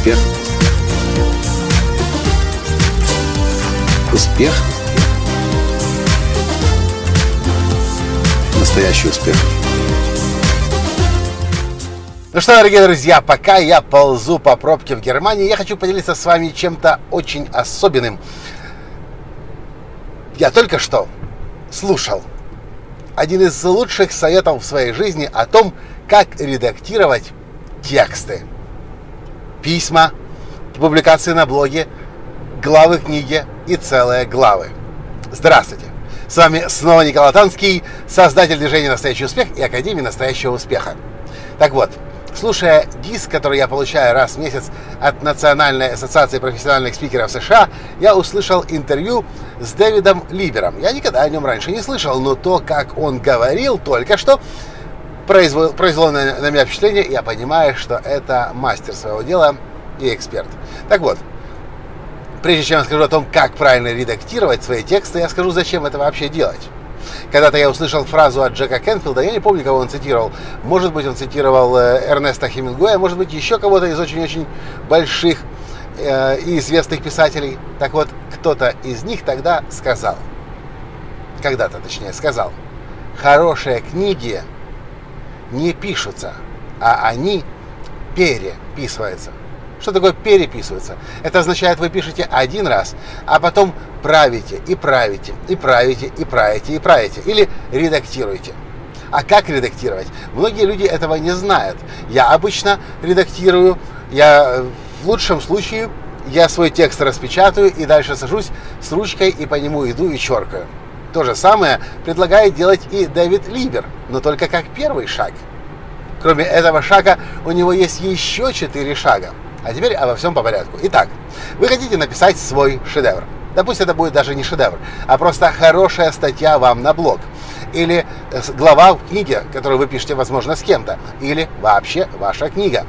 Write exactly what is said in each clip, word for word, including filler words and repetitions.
Успех. Успех. Настоящий успех. Ну что, дорогие друзья, пока я ползу по пробке в Германии, я хочу поделиться с вами чем-то очень особенным. Я только что слушал один из лучших советов в своей жизни о том, как редактировать тексты. Письма, публикации на блоге, главы книги и целые главы. Здравствуйте! С вами снова Николай Танский, создатель движения «Настоящий успех» и Академии настоящего успеха. Так вот, слушая диск, который я получаю раз в месяц от Национальной ассоциации профессиональных спикеров США, я услышал интервью с Дэвидом Либером. Я никогда о нем раньше не слышал, но то, как он говорил только что, произвело, произвело на, на меня впечатление, и я понимаю, что это мастер своего дела и эксперт. Так вот, прежде чем я скажу о том, как правильно редактировать свои тексты, я скажу, зачем это вообще делать. Когда-то я услышал фразу от Джека Кенфилда, я не помню, кого он цитировал. Может быть, он цитировал Эрнеста Хемингуэя, может быть, еще кого-то из очень-очень больших э, и известных писателей. Так вот, кто-то из них тогда сказал, когда-то, точнее, сказал, хорошие книги не пишутся, а они переписываются. Что такое переписываться? Это означает, вы пишете один раз, а потом правите и правите, и правите, и правите, и правите. Или редактируете. А как редактировать? Многие люди этого не знают. Я обычно редактирую, я в лучшем случае, я свой текст распечатаю и дальше сажусь с ручкой и по нему иду и черкаю. То же самое предлагает делать и Дэвид Либер, но только как первый шаг. Кроме этого шага, у него есть еще четыре шага. А теперь обо всем по порядку. Итак, вы хотите написать свой шедевр. Да пусть это будет даже не шедевр, а просто хорошая статья вам на блог. Или глава в книге, которую вы пишете, возможно, с кем-то. Или вообще ваша книга.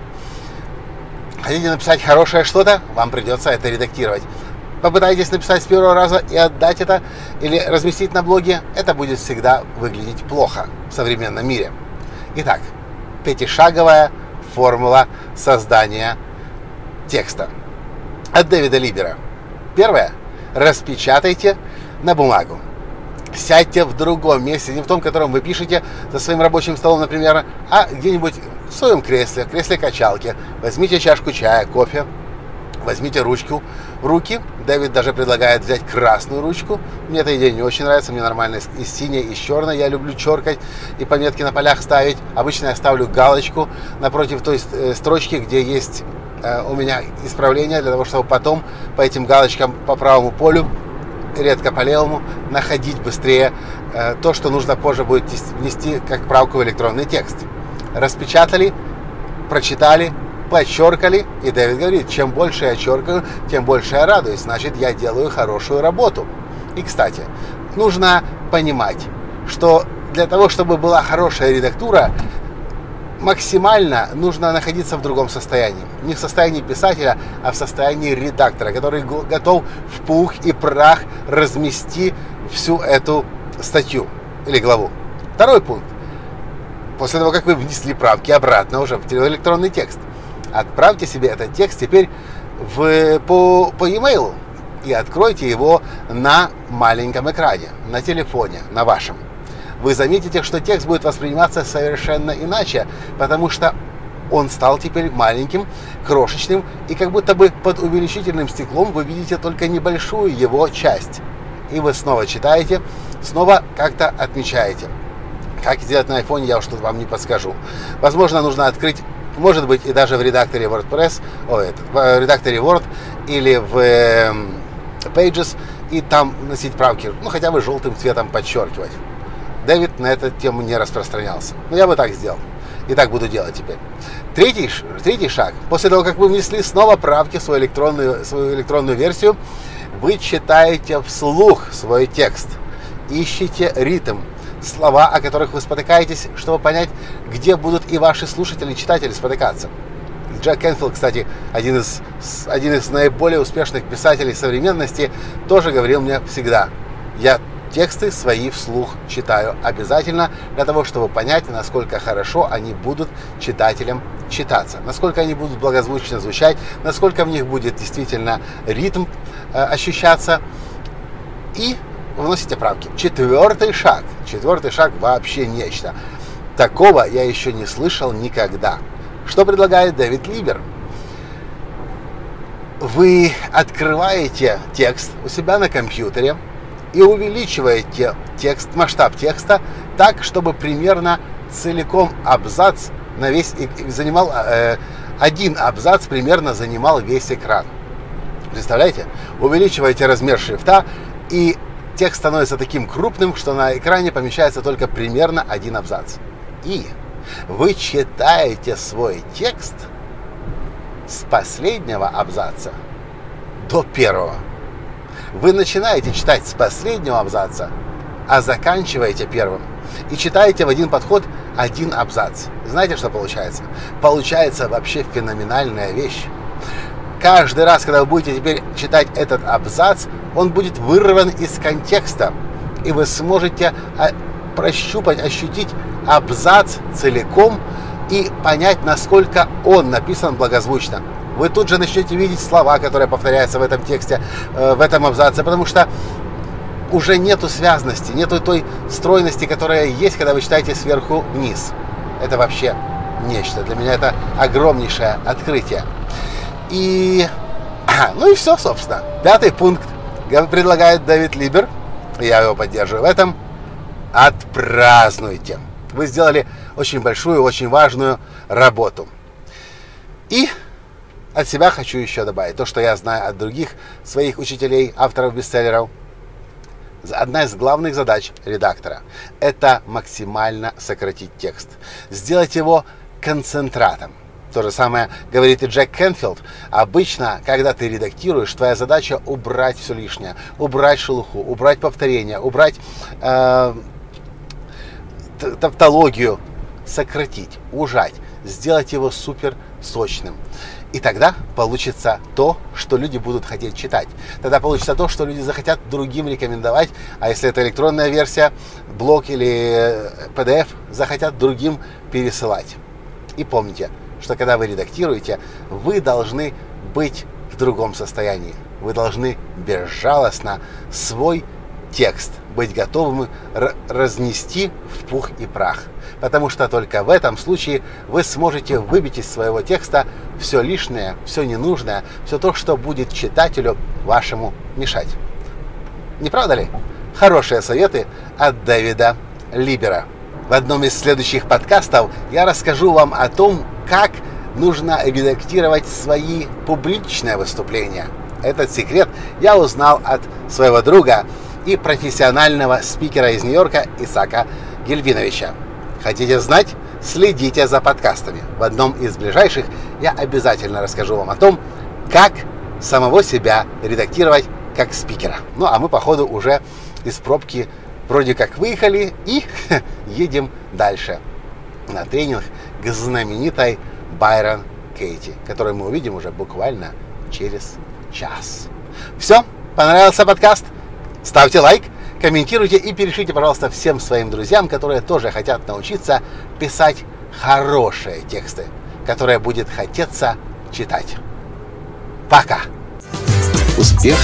Хотите написать хорошее что-то, вам придется это редактировать. Попытайтесь написать с первого раза и отдать это, или разместить на блоге, это будет всегда выглядеть плохо в современном мире. Итак, пятишаговая формула создания текста от Дэвида Либера. Первое. Распечатайте на бумагу. Сядьте в другом месте, не в том, в котором вы пишете за своим рабочим столом, например, а где-нибудь в своем кресле, кресле качалки. Возьмите чашку чая, кофе, возьмите ручку в руки. Дэвид даже предлагает взять красную ручку. Мне эта идея не очень нравится, мне нормально и синяя, и черная. Я люблю черкать и пометки на полях ставить. Обычно я ставлю галочку напротив той строчки, где есть у меня исправление, для того, чтобы потом по этим галочкам по правому полю, редко по левому, находить быстрее э, то, что нужно позже будет внести как правку в электронный текст. Распечатали, прочитали, подчеркали, и Дэвид говорит, чем больше я черкаю, тем больше я радуюсь, значит, я делаю хорошую работу. И, кстати, нужно понимать, что для того, чтобы была хорошая редактура, максимально нужно находиться в другом состоянии. Не в состоянии писателя, а в состоянии редактора, который готов в пух и прах размести всю эту статью или главу. Второй пункт. После того, как вы внесли правки обратно уже в электронный текст, отправьте себе этот текст теперь в, по, по e-mail и откройте его на маленьком экране, на телефоне, на вашем. Вы заметите, что текст будет восприниматься совершенно иначе, потому что он стал теперь маленьким, крошечным, и как будто бы под увеличительным стеклом вы видите только небольшую его часть. И вы снова читаете, снова как-то отмечаете. Как сделать на айфоне, я уж тут вам не подскажу. Возможно, нужно открыть, может быть, и даже в редакторе WordPress, о, это, в редакторе Word или в э, Pages, и там носить правки, ну хотя бы желтым цветом подчеркивать. Дэвид на эту тему не распространялся. Но я бы так сделал. И так буду делать теперь. Третий, третий шаг. После того, как вы внесли снова правки в свою электронную, свою электронную версию, вы читаете вслух свой текст. Ищите ритм. Слова, о которых вы спотыкаетесь, чтобы понять, где будут и ваши слушатели, читатели спотыкаться. Джек Кенфилд, кстати, один из, один из наиболее успешных писателей современности, тоже говорил мне всегда: я тексты свои вслух читаю обязательно, для того, чтобы понять, насколько хорошо они будут читателям читаться, насколько они будут благозвучно звучать, насколько в них будет действительно ритм э, ощущаться, и вносите правки. Четвертый шаг. Четвертый шаг вообще нечто. Такого я еще не слышал никогда. Что предлагает Дэвид Либер? Вы открываете текст у себя на компьютере и увеличиваете текст, масштаб текста так, чтобы примерно целиком абзац на весь занимал э, один абзац примерно занимал весь экран. Представляете? Увеличиваете размер шрифта, и текст становится таким крупным, что на экране помещается только примерно один абзац. И вы читаете свой текст с последнего абзаца до первого. Вы начинаете читать с последнего абзаца, а заканчиваете первым. И читаете в один подход один абзац. Знаете, что получается? Получается вообще феноменальная вещь. Каждый раз, когда вы будете теперь читать этот абзац, он будет вырван из контекста. И вы сможете прощупать, ощутить абзац целиком и понять, насколько он написан благозвучно. Вы тут же начнете видеть слова, которые повторяются в этом тексте, э, в этом абзаце, потому что уже нету связности, нету той стройности, которая есть, когда вы читаете сверху вниз. Это вообще нечто. Для меня это огромнейшее открытие. И, а, ну и все, собственно. Пятый пункт предлагает Дэвид Либер, я его поддерживаю в этом. Отпразднуйте. Вы сделали очень большую, очень важную работу. И от себя хочу еще добавить то, что я знаю от других своих учителей, авторов бестселлеров. Одна из главных задач редактора – это максимально сократить текст, сделать его концентратом. То же самое говорит и Джек Кенфилд. Обычно, когда ты редактируешь, твоя задача убрать все лишнее, убрать шелуху, убрать повторения, убрать э, тавтологию, сократить, ужать, сделать его супер сочным. И тогда получится то, что люди будут хотеть читать. Тогда получится то, что люди захотят другим рекомендовать. А если это электронная версия, блог или пи ди эф, захотят другим пересылать. И помните, что когда вы редактируете, вы должны быть в другом состоянии. Вы должны безжалостно свой текст быть готовым разнести в пух и прах. Потому что только в этом случае вы сможете выбить из своего текста все лишнее, все ненужное, все то, что будет читателю вашему мешать. Не правда ли? Хорошие советы от Дэвида Либера. В одном из следующих подкастов я расскажу вам о том, как нужно редактировать свои публичные выступления. Этот секрет я узнал от своего друга и профессионального спикера из Нью-Йорка Исаака Гельвиновича. Хотите знать? Следите за подкастами. В одном из ближайших я обязательно расскажу вам о том, как самого себя редактировать как спикера. Ну а мы, походу, уже из пробки вроде как выехали и едем дальше на тренинг к знаменитой Байрон Кейти, которую мы увидим уже буквально через час. Все? Понравился подкаст? Ставьте лайк, комментируйте и перешлите, пожалуйста, всем своим друзьям, которые тоже хотят научиться писать хорошие тексты, которые будет хотеться читать. Пока! Успех!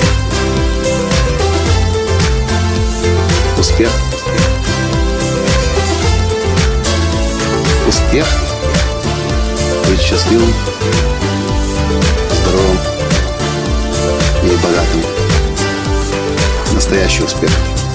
Успех! Успех! Быть счастливым, здоровым и богатым. Настоящий успех.